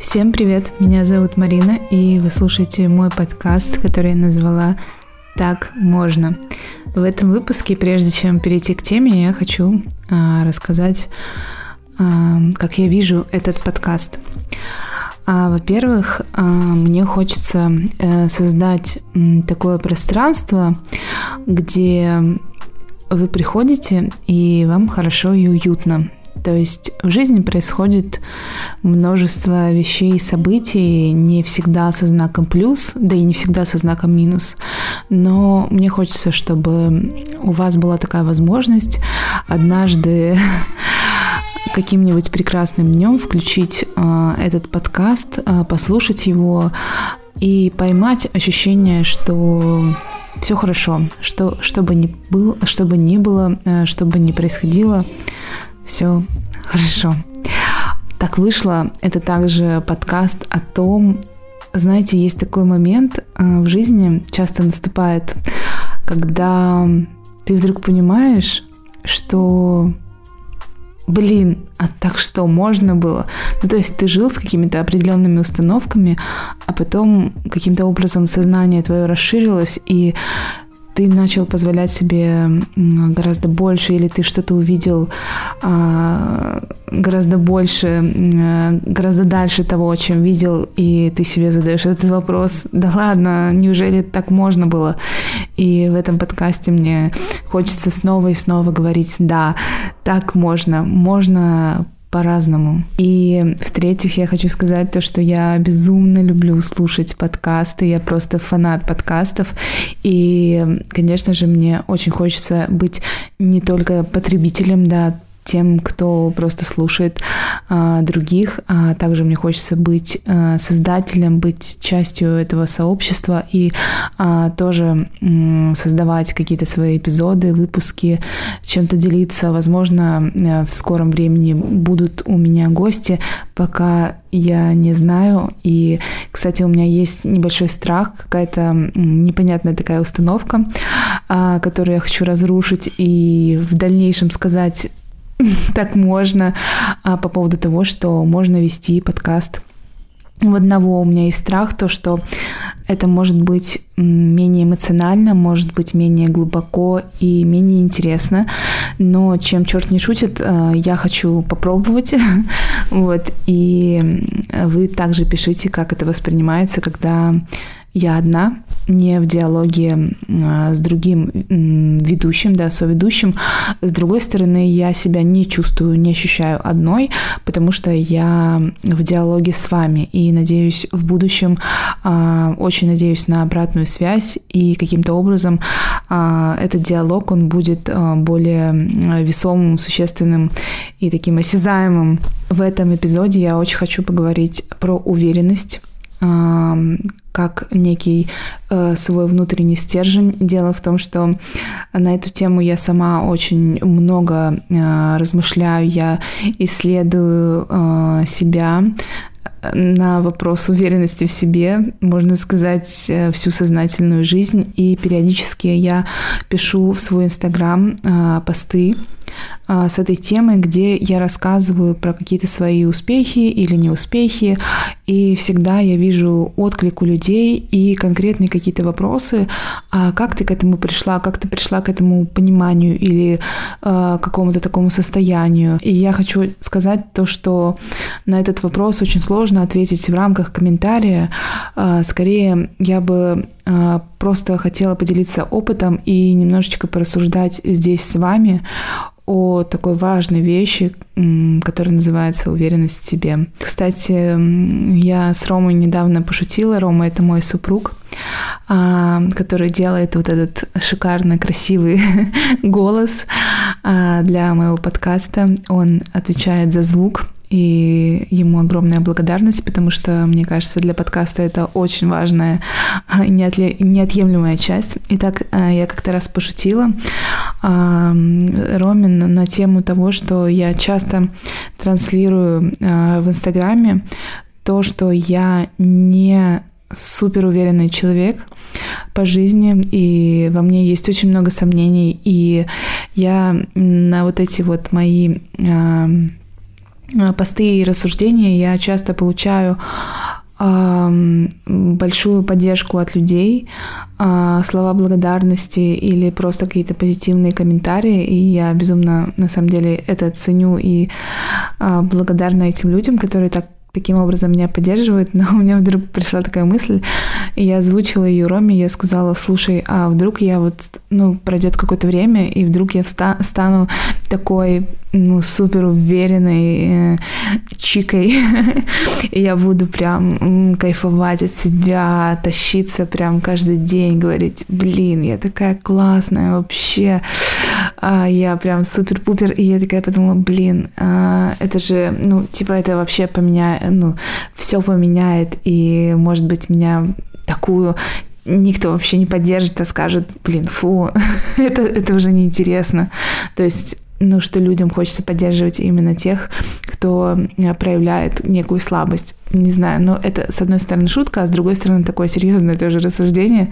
Всем привет, меня зовут Марина, и вы слушаете мой подкаст, который я назвала «Так можно». В этом выпуске, прежде чем перейти к теме, я хочу рассказать, как я вижу этот подкаст. Во-первых, мне хочется создать такое пространство, где вы приходите, и вам хорошо и уютно. То есть в жизни происходит множество вещей и событий, не всегда со знаком плюс, да и не всегда со знаком минус. Но мне хочется, чтобы у вас была такая возможность однажды каким-нибудь прекрасным днем включить этот подкаст, послушать его и поймать ощущение, что все хорошо, что бы ни было, что бы ни происходило, все хорошо. Так вышло. Это также подкаст о том, знаете, есть такой момент в жизни, часто наступает, когда ты вдруг понимаешь, что, а так что можно было? То есть ты жил с какими-то определенными установками, а потом каким-то образом сознание твое расширилось, и ты начал позволять себе гораздо больше, или ты что-то увидел гораздо больше, гораздо дальше того, чем видел, и ты себе задаешь этот вопрос: да ладно, неужели так можно было? И в этом подкасте мне хочется снова и снова говорить: да, так можно по-разному. И в-третьих, я хочу сказать то, что я безумно люблю слушать подкасты, я просто фанат подкастов, и, конечно же, мне очень хочется быть не только потребителем, да, тем, кто просто слушает других, а также мне хочется быть создателем, быть частью этого сообщества и тоже создавать какие-то свои эпизоды, выпуски, чем-то делиться. Возможно, в скором времени будут у меня гости, пока я не знаю. И, кстати, у меня есть небольшой страх, какая-то непонятная такая установка, которую я хочу разрушить и в дальнейшем сказать: так можно, по поводу того, что можно вести подкаст в одного. У меня есть страх, то, что это может быть менее эмоционально, может быть менее глубоко и менее интересно. Но чем черт не шутит, я хочу попробовать. Вот. И вы также пишите, как это воспринимается, когда я одна, не в диалоге с другим ведущим, да, соведущим. С другой стороны, я себя не чувствую, не ощущаю одной, потому что я в диалоге с вами. И надеюсь, в будущем, очень надеюсь на обратную связь, и каким-то образом этот диалог, он будет более весомым, существенным и таким осязаемым. В этом эпизоде я очень хочу поговорить про уверенность, как некий свой внутренний стержень. Дело в том, что на эту тему я сама очень много размышляю, я исследую себя на вопрос уверенности в себе, можно сказать, всю сознательную жизнь. И периодически я пишу в свой Инстаграм посты с этой темой, где я рассказываю про какие-то свои успехи или неуспехи, и всегда я вижу отклик у людей и конкретные какие-то вопросы: как ты к этому пришла, как ты пришла к этому пониманию или к какому-то такому состоянию. И я хочу сказать то, что на этот вопрос очень сложно ответить в рамках комментария. Скорее, я бы просто хотела поделиться опытом и немножечко порассуждать здесь с вами о такой важной вещи, которая называется уверенность в себе. Кстати, я с Ромой недавно пошутила. Рома — это мой супруг, который делает вот этот шикарно красивый голос для моего подкаста. Он отвечает за звук, и ему огромная благодарность, потому что, мне кажется, для подкаста это очень важная, неотъемлемая часть. Итак, я как-то раз пошутила Ромин на тему того, что я часто транслирую в Инстаграме то, что я не суперуверенный человек по жизни, и во мне есть очень много сомнений, и я на вот эти вот мои посты и рассуждения я часто получаю большую поддержку от людей, слова благодарности или просто какие-то позитивные комментарии, и я безумно, на самом деле, это ценю и благодарна этим людям, которые таким образом меня поддерживают. Но у меня вдруг пришла такая мысль, и я озвучила ее Роме, я сказала: слушай, а вдруг я пройдет какое-то время, и вдруг я стану такой, супер уверенной чикой, и я буду прям кайфовать от себя, тащиться прям каждый день, говорить: блин, я такая классная вообще, я прям супер-пупер. И я такая подумала: блин, это же, это вообще поменяет, все поменяет, и, может быть, меня такую никто вообще не поддержит, а скажет: блин, фу, это уже неинтересно. То есть, что людям хочется поддерживать именно тех, кто проявляет некую слабость. Не знаю, но это, с одной стороны, шутка, а с другой стороны, такое серьезное тоже рассуждение.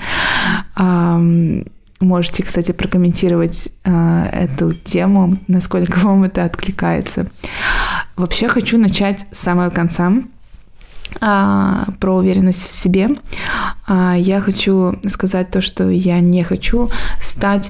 Можете, кстати, прокомментировать эту тему, насколько вам это откликается. Вообще хочу начать с самого конца, про уверенность в себе. Я хочу сказать то, что я не хочу стать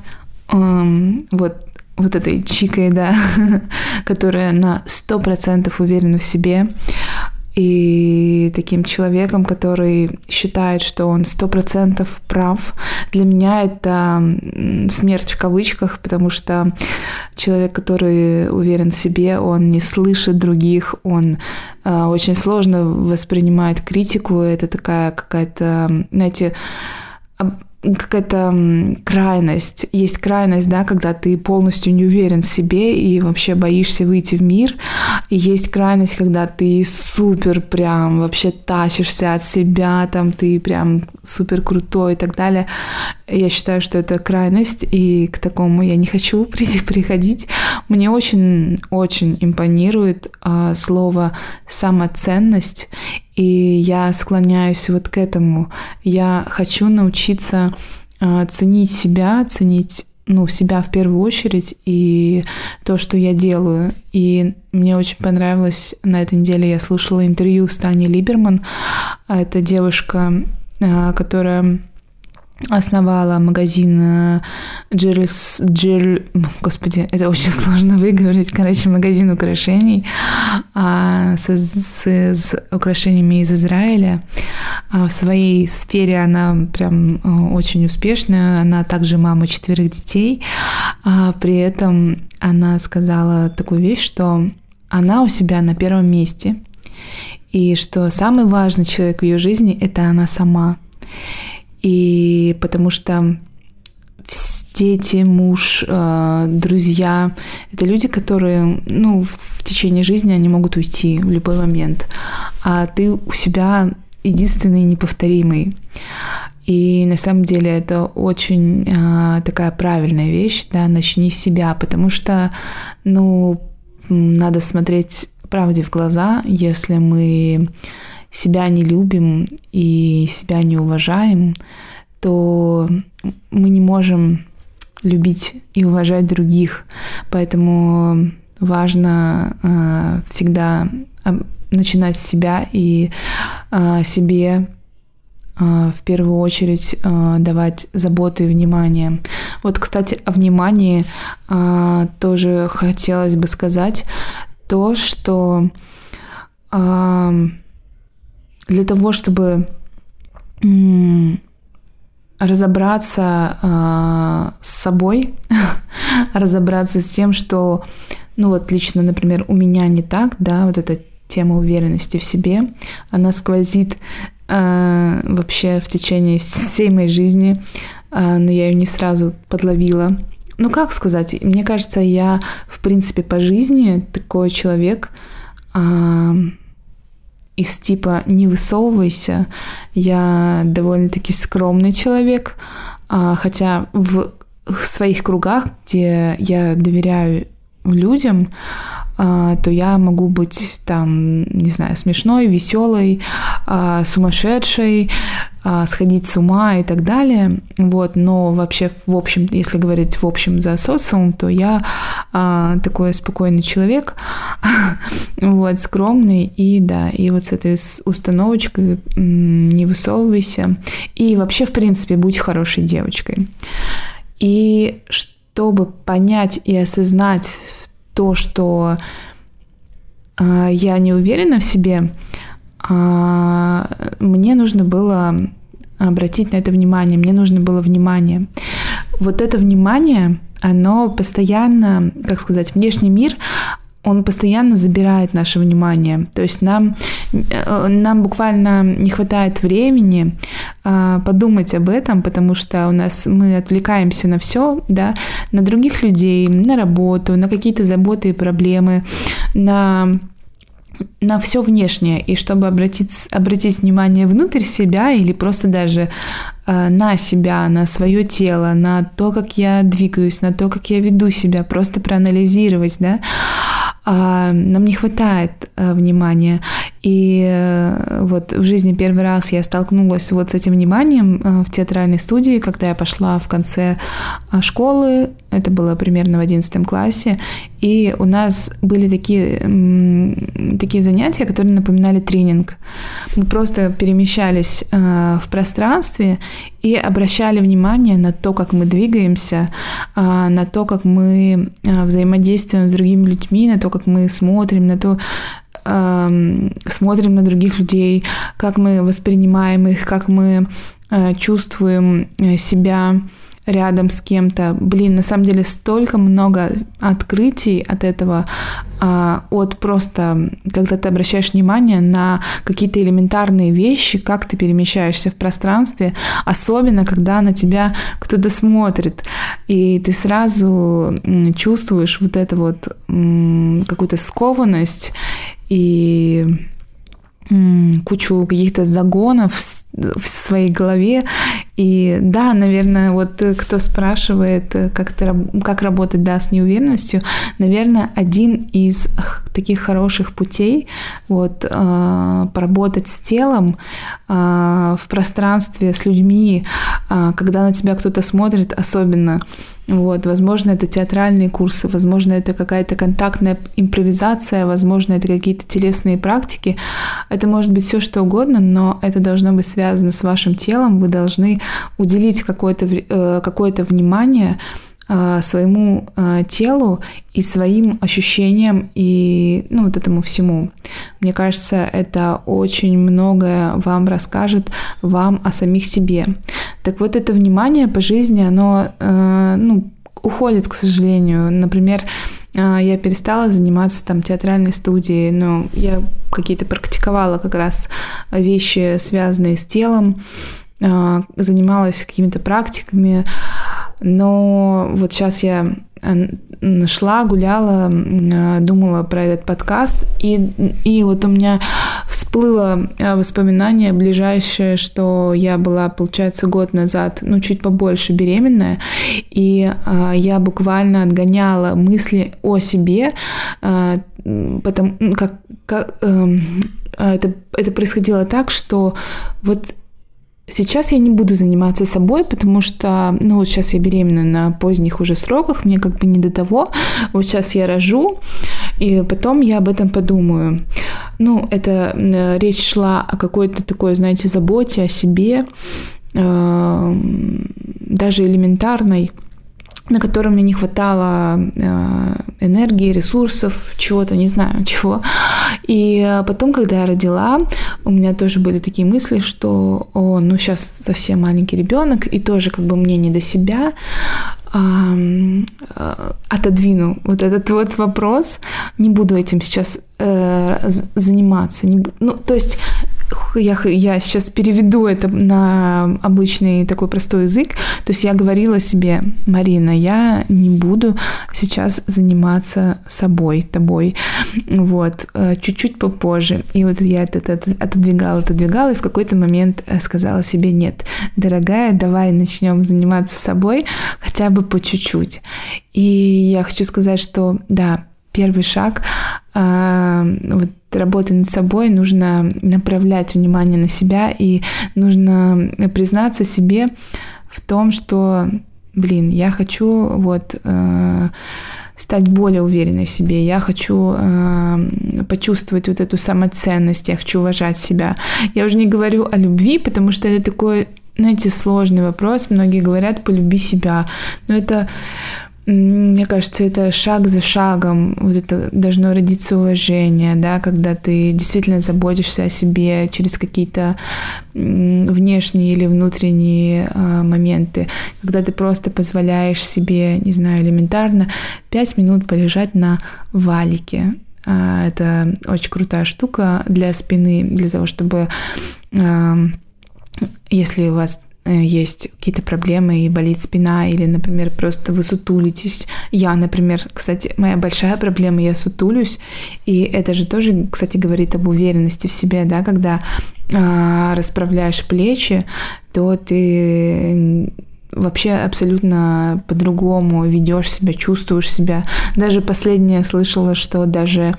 вот этой чикой, да, которая на 100% уверена в себе, и таким человеком, который считает, что он 100% прав. Для меня это смерть в кавычках, потому что человек, который уверен в себе, он не слышит других, он очень сложно воспринимает критику. Это такая какая-то, знаете, какая-то крайность. Есть крайность, да, когда ты полностью не уверен в себе и вообще боишься выйти в мир. И есть крайность, когда ты супер прям вообще тащишься от себя, там ты прям супер крутой и так далее. Я считаю, что это крайность, и к такому я не хочу приходить. Мне очень-очень импонирует слово «самоценность», и я склоняюсь вот к этому. Я хочу научиться ценить себя, себя в первую очередь и то, что я делаю. И мне очень понравилось, на этой неделе я слушала интервью с Таней Либерман. Это девушка, которая основала магазин господи, это очень сложно выговорить, магазин украшений с украшениями из Израиля. В своей сфере она прям очень успешная, она также мама 4 детей. При этом она сказала такую вещь, что она у себя на первом месте, и что самый важный человек в ее жизни — это она сама. И потому что дети, муж, друзья — это люди, которые, в течение жизни они могут уйти в любой момент. А ты у себя единственный неповторимый. И на самом деле это очень такая правильная вещь, да, начни с себя, потому что, надо смотреть правде в глаза. Если мы себя не любим и себя не уважаем, то мы не можем любить и уважать других. Поэтому важно всегда начинать с себя и себе в первую очередь давать заботу и внимание. Вот, кстати, о внимании тоже хотелось бы сказать то, что для того, чтобы разобраться с собой, разобраться с тем, что, лично, например, у меня не так, да, вот эта тема уверенности в себе, она сквозит вообще в течение всей моей жизни, но я ее не сразу подловила. Как сказать, мне кажется, я, в принципе, по жизни такой человек, из типа «не высовывайся». Я довольно-таки скромный человек, хотя в своих кругах, где я доверяю людям, то я могу быть там, не знаю, смешной, веселой, сумасшедшей, сходить с ума и так далее. Вот. Но вообще, в общем, если говорить в общем за социум, то я такой спокойный человек. Вот, скромный, и да, и вот с этой установочкой не высовывайся. И вообще, в принципе, будь хорошей девочкой. И чтобы понять и осознать то, что я не уверена в себе, мне нужно было обратить на это внимание, мне нужно было внимание. Вот это внимание, оно постоянно, как сказать, внешний мир, он постоянно забирает наше внимание. То есть нам буквально не хватает времени подумать об этом, потому что мы отвлекаемся на все, да, на других людей, на работу, на какие-то заботы и проблемы, на все внешнее. И чтобы обратить внимание внутрь себя или просто даже на себя, на свое тело, на то, как я двигаюсь, на то, как я веду себя, просто проанализировать, да, нам не хватает внимания. И вот в жизни первый раз я столкнулась вот с этим вниманием в театральной студии, когда я пошла в конце школы, это было примерно в 11 классе, и у нас были такие занятия, которые напоминали тренинг. Мы просто перемещались в пространстве и обращали внимание на то, как мы двигаемся, на то, как мы взаимодействуем с другими людьми, на то, как мы смотрим на других людей, как мы воспринимаем их, как мы чувствуем себя рядом с кем-то. На самом деле столько много открытий от этого, от просто, когда ты обращаешь внимание на какие-то элементарные вещи, как ты перемещаешься в пространстве, особенно когда на тебя кто-то смотрит, и ты сразу чувствуешь вот эту вот какую-то скованность и кучу каких-то загонов в своей голове. И да, наверное, вот кто спрашивает, как работать, да, с неуверенностью, наверное, один из таких хороших путей вот поработать с телом в пространстве с людьми, когда на тебя кто-то смотрит, особенно. Вот, возможно, это театральные курсы, возможно, это какая-то контактная импровизация, возможно, это какие-то телесные практики. Это может быть все что угодно, но это должно быть связано с вашим телом. Вы должны уделить какое-то внимание своему телу и своим ощущениям и вот этому всему. Мне кажется, это очень многое вам расскажет вам о самих себе. Так вот, это внимание по жизни, оно уходит, к сожалению. Например, я перестала заниматься театральной студией, но я какие-то практиковала как раз вещи, связанные с телом, занималась какими-то практиками, но вот сейчас я шла, гуляла, думала про этот подкаст, и вот у меня всплыло воспоминание ближайшее, что я была, получается, год назад, чуть побольше беременная, и я буквально отгоняла мысли о себе, потому как это происходило так, что вот сейчас я не буду заниматься собой, потому что, вот сейчас я беременна на поздних уже сроках, мне как бы не до того. Вот сейчас я рожу, и потом я об этом подумаю. Это речь шла о какой-то такой, знаете, заботе о себе, даже элементарной, на котором мне не хватало энергии, ресурсов, чего-то, не знаю, чего. И потом, когда я родила, у меня тоже были такие мысли, что, сейчас совсем маленький ребенок, и тоже как бы мне не до себя. Отодвину вот этот вот вопрос, не буду этим сейчас заниматься. То есть я сейчас переведу это на обычный такой простой язык. То есть я говорила себе: Марина, я не буду сейчас заниматься тобой. Вот, чуть-чуть попозже. И вот я это отодвигала, и в какой-то момент сказала себе: нет, дорогая, давай начнем заниматься собой хотя бы по чуть-чуть. И я хочу сказать, что да, первый шаг вот работы над собой, нужно направлять внимание на себя, и нужно признаться себе в том, что, я хочу стать более уверенной в себе, я хочу почувствовать вот эту самоценность, я хочу уважать себя. Я уже не говорю о любви, потому что это такой, знаете, сложный вопрос. Многие говорят, полюби себя. Но это, мне кажется, это шаг за шагом. Вот это должно родиться уважение, да, когда ты действительно заботишься о себе через какие-то внешние или внутренние моменты. Когда ты просто позволяешь себе, не знаю, элементарно 5 минут полежать на валике. Это очень крутая штука для спины, для того, чтобы, если у вас есть какие-то проблемы и болит спина, или, например, просто вы сутулитесь. Я, например, кстати, моя большая проблема, я сутулюсь, и это же тоже, кстати, говорит об уверенности в себе, да, когда расправляешь плечи, то ты вообще абсолютно по-другому ведешь себя, чувствуешь себя. Даже последнее слышала, что даже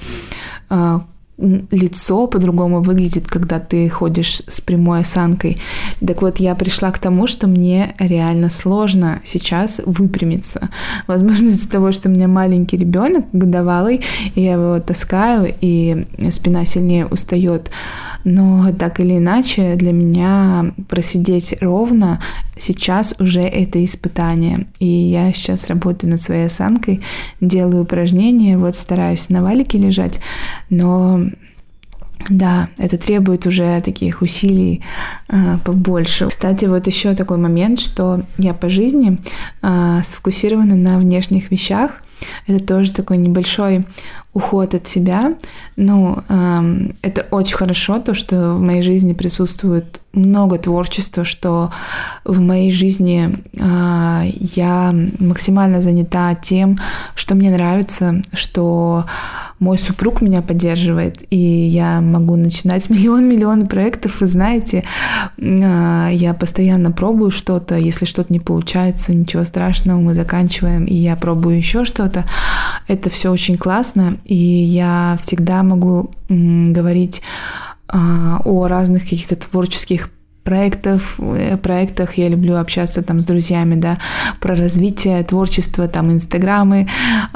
лицо по-другому выглядит, когда ты ходишь с прямой осанкой. Так вот, я пришла к тому, что мне реально сложно сейчас выпрямиться. Возможно, из-за того, что у меня маленький ребенок годовалый, и я его таскаю, и спина сильнее устает. Но так или иначе, для меня просидеть ровно сейчас уже это испытание. И я сейчас работаю над своей осанкой, делаю упражнения, вот стараюсь на валике лежать, но да, это требует уже таких усилий побольше. Кстати, вот еще такой момент, что я по жизни сфокусирована на внешних вещах. Это тоже такой небольшой уход от себя. Ну, это очень хорошо, то, что в моей жизни присутствует много творчества, что в моей жизни я максимально занята тем, что мне нравится, что мой супруг меня поддерживает, и я могу начинать миллион проектов. Вы знаете, я постоянно пробую что-то. Если что-то не получается, ничего страшного, мы заканчиваем, и я пробую еще что-то. Это все очень классно, и я всегда могу говорить о разных каких-то творческих проектах. Я люблю общаться там с друзьями, да, про развитие творчества, там, инстаграмы,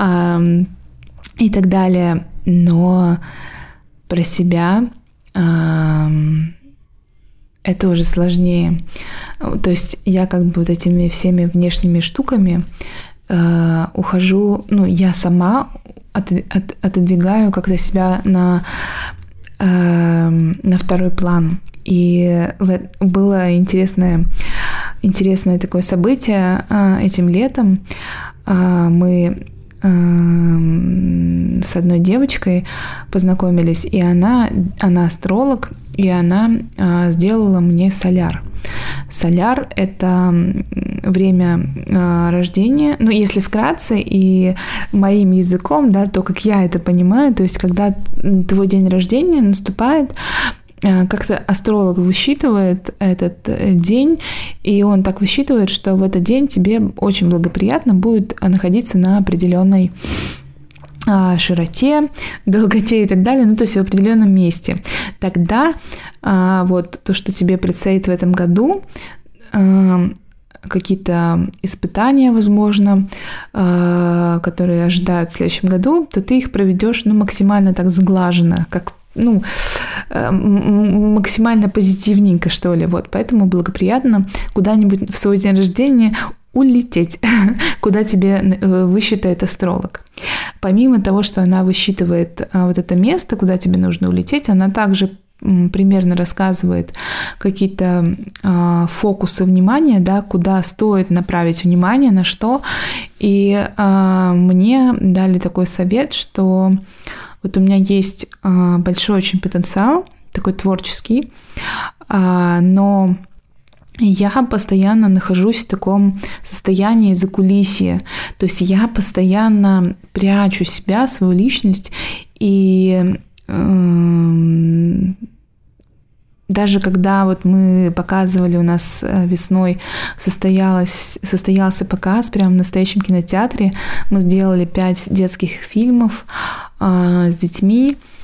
и так далее, но про себя это уже сложнее. То есть я как бы вот этими всеми внешними штуками ухожу, ну, я сама отодвигаю как-то себя на второй план. И было интересное такое событие этим летом. Мы с одной девочкой познакомились, и она астролог, и она сделала мне соляр. Соляр — это время рождения, ну, если вкратце и моим языком, да, то, как я это понимаю, то есть, когда твой день рождения наступает, как-то астролог высчитывает этот день, и он так высчитывает, что в этот день тебе очень благоприятно будет находиться на определенной широте, долготе и так далее, ну, то есть в определенном месте. Тогда вот то, что тебе предстоит в этом году, какие-то испытания, возможно, которые ожидают в следующем году, то ты их проведешь, ну, максимально так сглаженно, как, ну, максимально позитивненько, что ли. Вот, поэтому благоприятно куда-нибудь в свой день рождения улететь, куда тебе высчитает астролог. Помимо того, что она высчитывает вот это место, куда тебе нужно улететь, она также примерно рассказывает какие-то фокусы внимания, да, куда стоит направить внимание, на что. И мне дали такой совет, что вот у меня есть большой очень потенциал, такой творческий, но я постоянно нахожусь в таком состоянии закулисья. То есть я постоянно прячу себя, свою личность, и даже когда вот мы показывали, у нас весной состоялся показ прямо в настоящем кинотеатре, мы сделали 5 детских фильмов с детьми,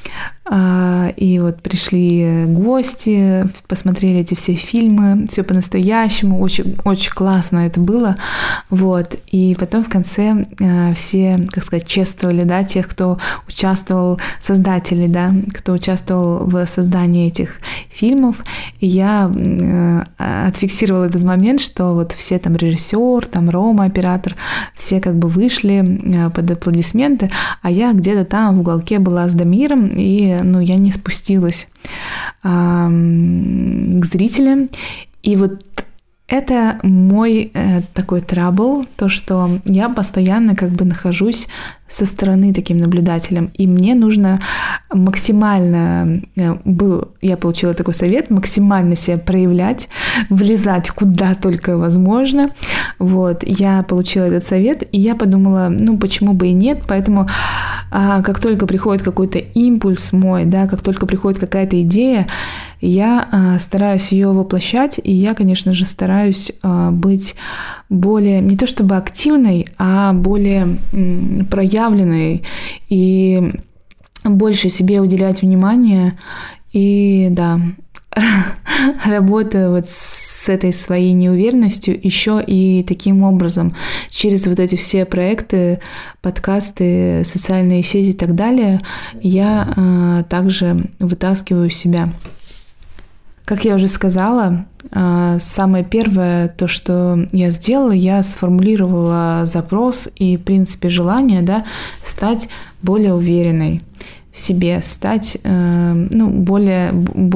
И вот пришли гости, посмотрели эти все фильмы, все по-настоящему, очень, очень классно это было. Вот. И потом в конце все, как сказать, чествовали, да, тех, кто участвовал, создатели, да, кто участвовал в создании этих фильмов. И я отфиксировала этот момент, что вот все там режиссер, там Рома, оператор, все как бы вышли под аплодисменты, а я где-то там в уголке была с Дамиром, и я не спустилась к зрителям. И вот это мой такой трабл, то, что я постоянно как бы нахожусь со стороны таким наблюдателем, и мне нужно максимально, я получила такой совет, максимально себя проявлять, влезать куда только возможно. Вот, я получила этот совет, и я подумала, почему бы и нет, поэтому как только приходит какой-то импульс мой, да, как только приходит какая-то идея, я стараюсь ее воплощать, и я, конечно же, стараюсь быть более, не то чтобы активной, а более проявленной и больше себе уделять внимание. И да, работаю вот с этой своей неуверенностью еще и таким образом, через вот эти все проекты, подкасты, социальные сети и так далее, я также вытаскиваю себя. Как я уже сказала, самое первое, то, что я сделала, я сформулировала запрос и, в принципе, желание, да, стать более уверенной в себе, стать более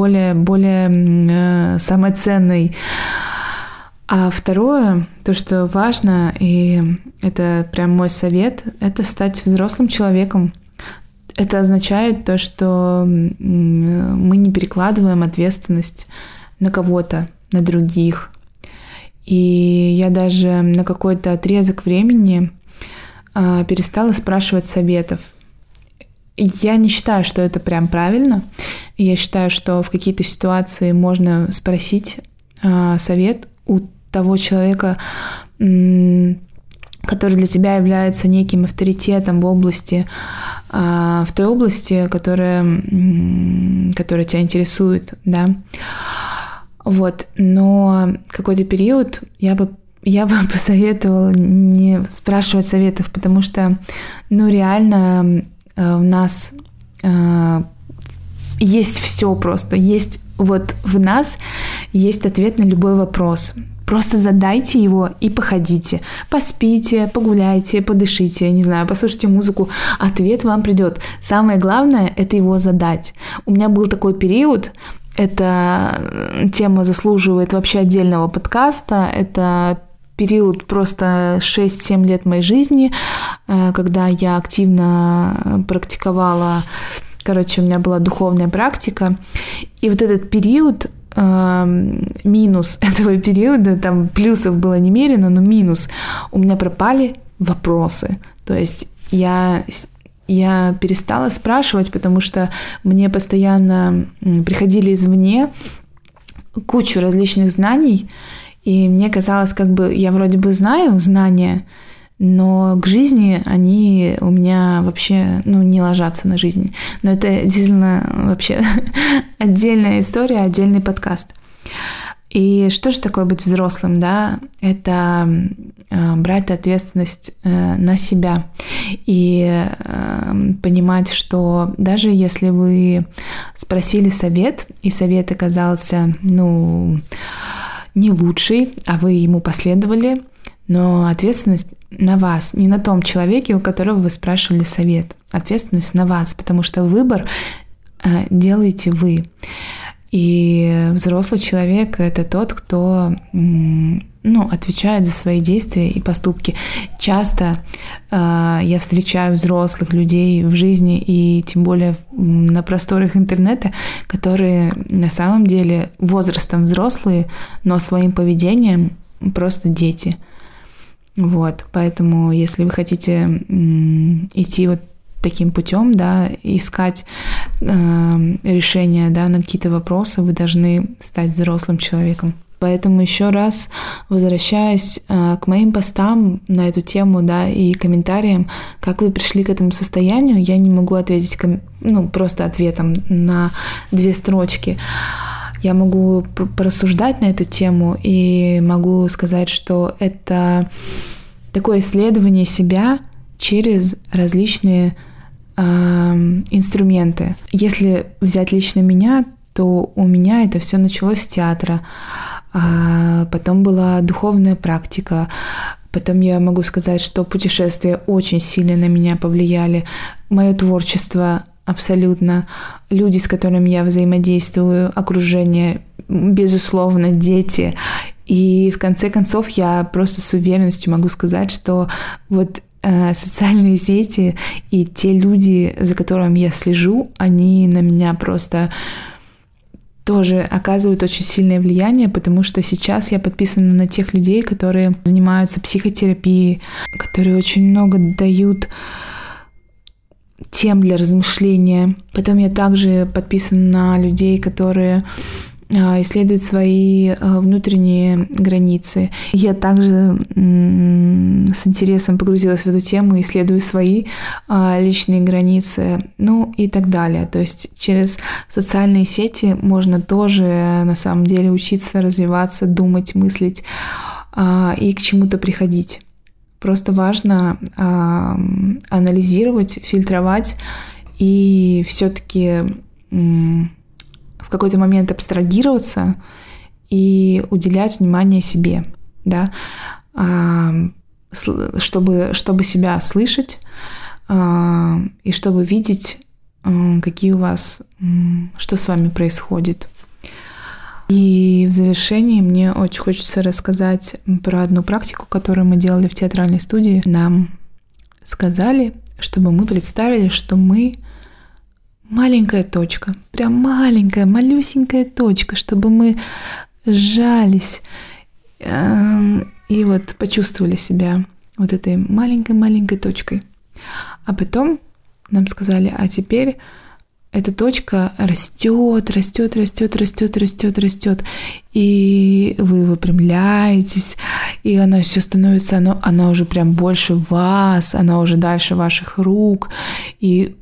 самоценной. А второе, то, что важно, и это прям мой совет, это стать взрослым человеком. Это означает то, что мы не перекладываем ответственность на кого-то, на других. И я даже на какой-то отрезок времени перестала спрашивать советов. Я не считаю, что это прям правильно. Я считаю, что в какие-то ситуации можно спросить совет у того человека, который для тебя является неким авторитетом в области, в той области, которая тебя интересует, да. Вот, но какой-то период я бы посоветовала не спрашивать советов, потому что, реально у нас есть все просто, есть вот в нас есть ответ на любой вопрос. Просто задайте его и походите. Поспите, погуляйте, подышите, не знаю, послушайте музыку. Ответ вам придет. Самое главное – это его задать. У меня был такой период, эта тема заслуживает вообще отдельного подкаста. Это период просто 6-7 лет моей жизни, когда я активно практиковала, у меня была духовная практика. И вот этот период, минус этого периода, там плюсов было немерено, но минус, у меня пропали вопросы. То есть я перестала спрашивать, потому что мне постоянно приходили извне кучу различных знаний, и мне казалось, как бы я вроде бы знаю знания, но к жизни они у меня вообще, не ложатся на жизнь. Но это действительно вообще отдельная история, отдельный подкаст. И что же такое быть взрослым, да? Это брать ответственность на себя и понимать, что даже если вы спросили совет, и совет оказался, не лучший, а вы ему последовали, но ответственность на вас, не на том человеке, у которого вы спрашивали совет. Ответственность на вас, потому что выбор делаете вы. И взрослый человек – это тот, кто отвечает за свои действия и поступки. Часто я встречаю взрослых людей в жизни, и тем более на просторах интернета, которые на самом деле возрастом взрослые, но своим поведением просто дети. Вот, поэтому если вы хотите идти вот таким путем, да, искать решения, да, на какие-то вопросы, вы должны стать взрослым человеком. Поэтому еще раз возвращаясь к моим постам на эту тему, да, и комментариям, как вы пришли к этому состоянию, я не могу ответить просто ответом на 2 строчки. Я могу порассуждать на эту тему и могу сказать, что это такое исследование себя через различные инструменты. Если взять лично меня, то у меня это все началось с театра, потом была духовная практика, потом я могу сказать, что путешествия очень сильно на меня повлияли, мое творчество абсолютно, люди, с которыми я взаимодействую, окружение, безусловно, дети. И в конце концов я просто с уверенностью могу сказать, что вот социальные сети и те люди, за которыми я слежу, они на меня просто тоже оказывают очень сильное влияние, потому что сейчас я подписана на тех людей, которые занимаются психотерапией, которые очень много дают тем для размышления. Потом я также подписана на людей, которые исследуют свои внутренние границы. Я также с интересом погрузилась в эту тему, исследую свои личные границы, и так далее. То есть через социальные сети можно тоже на самом деле учиться, развиваться, думать, мыслить и к чему-то приходить. Просто важно анализировать, фильтровать и все-таки в какой-то момент абстрагироваться и уделять внимание себе, да, чтобы себя слышать и чтобы видеть, какие у вас, что с вами происходит. И в завершении мне очень хочется рассказать про одну практику, которую мы делали в театральной студии. Нам сказали, чтобы мы представили, что мы маленькая точка, прям маленькая, малюсенькая точка, чтобы мы сжались и вот почувствовали себя вот этой маленькой-маленькой точкой. А потом нам сказали, а теперь эта точка растет, и вы выпрямляетесь, и она все становится, она уже прям больше вас, она уже дальше ваших рук, и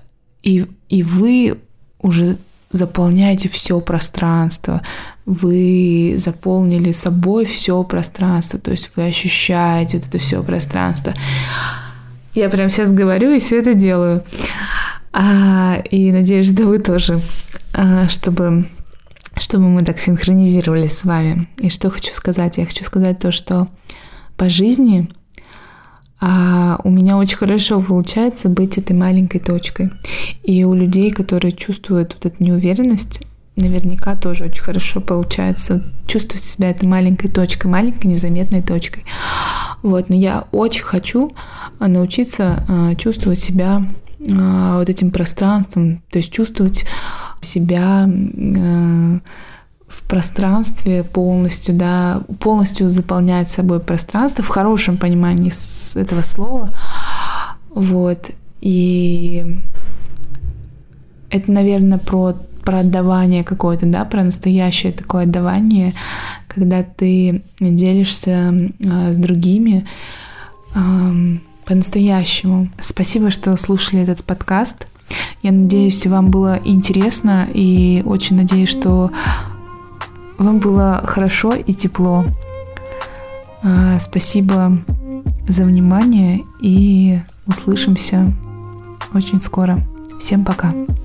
вы уже заполняете все пространство, вы заполнили собой все пространство, то есть вы ощущаете вот это все пространство. Я прям сейчас говорю и все это делаю. И надеюсь, что вы тоже, чтобы мы так синхронизировались с вами. И что хочу сказать? Я хочу сказать то, что по жизни у меня очень хорошо получается быть этой маленькой точкой. И у людей, которые чувствуют вот эту неуверенность, наверняка тоже очень хорошо получается чувствовать себя этой маленькой точкой, маленькой незаметной точкой. Вот. Но я очень хочу научиться чувствовать себя вот этим пространством, то есть чувствовать себя в пространстве полностью, да, полностью заполнять собой пространство в хорошем понимании этого слова. Вот. И это, наверное, про отдавание какое-то, да, про настоящее такое отдавание, когда ты делишься с другими по-настоящему. Спасибо, что слушали этот подкаст. Я надеюсь, вам было интересно, и очень надеюсь, что вам было хорошо и тепло. Спасибо за внимание, и услышимся очень скоро. Всем пока.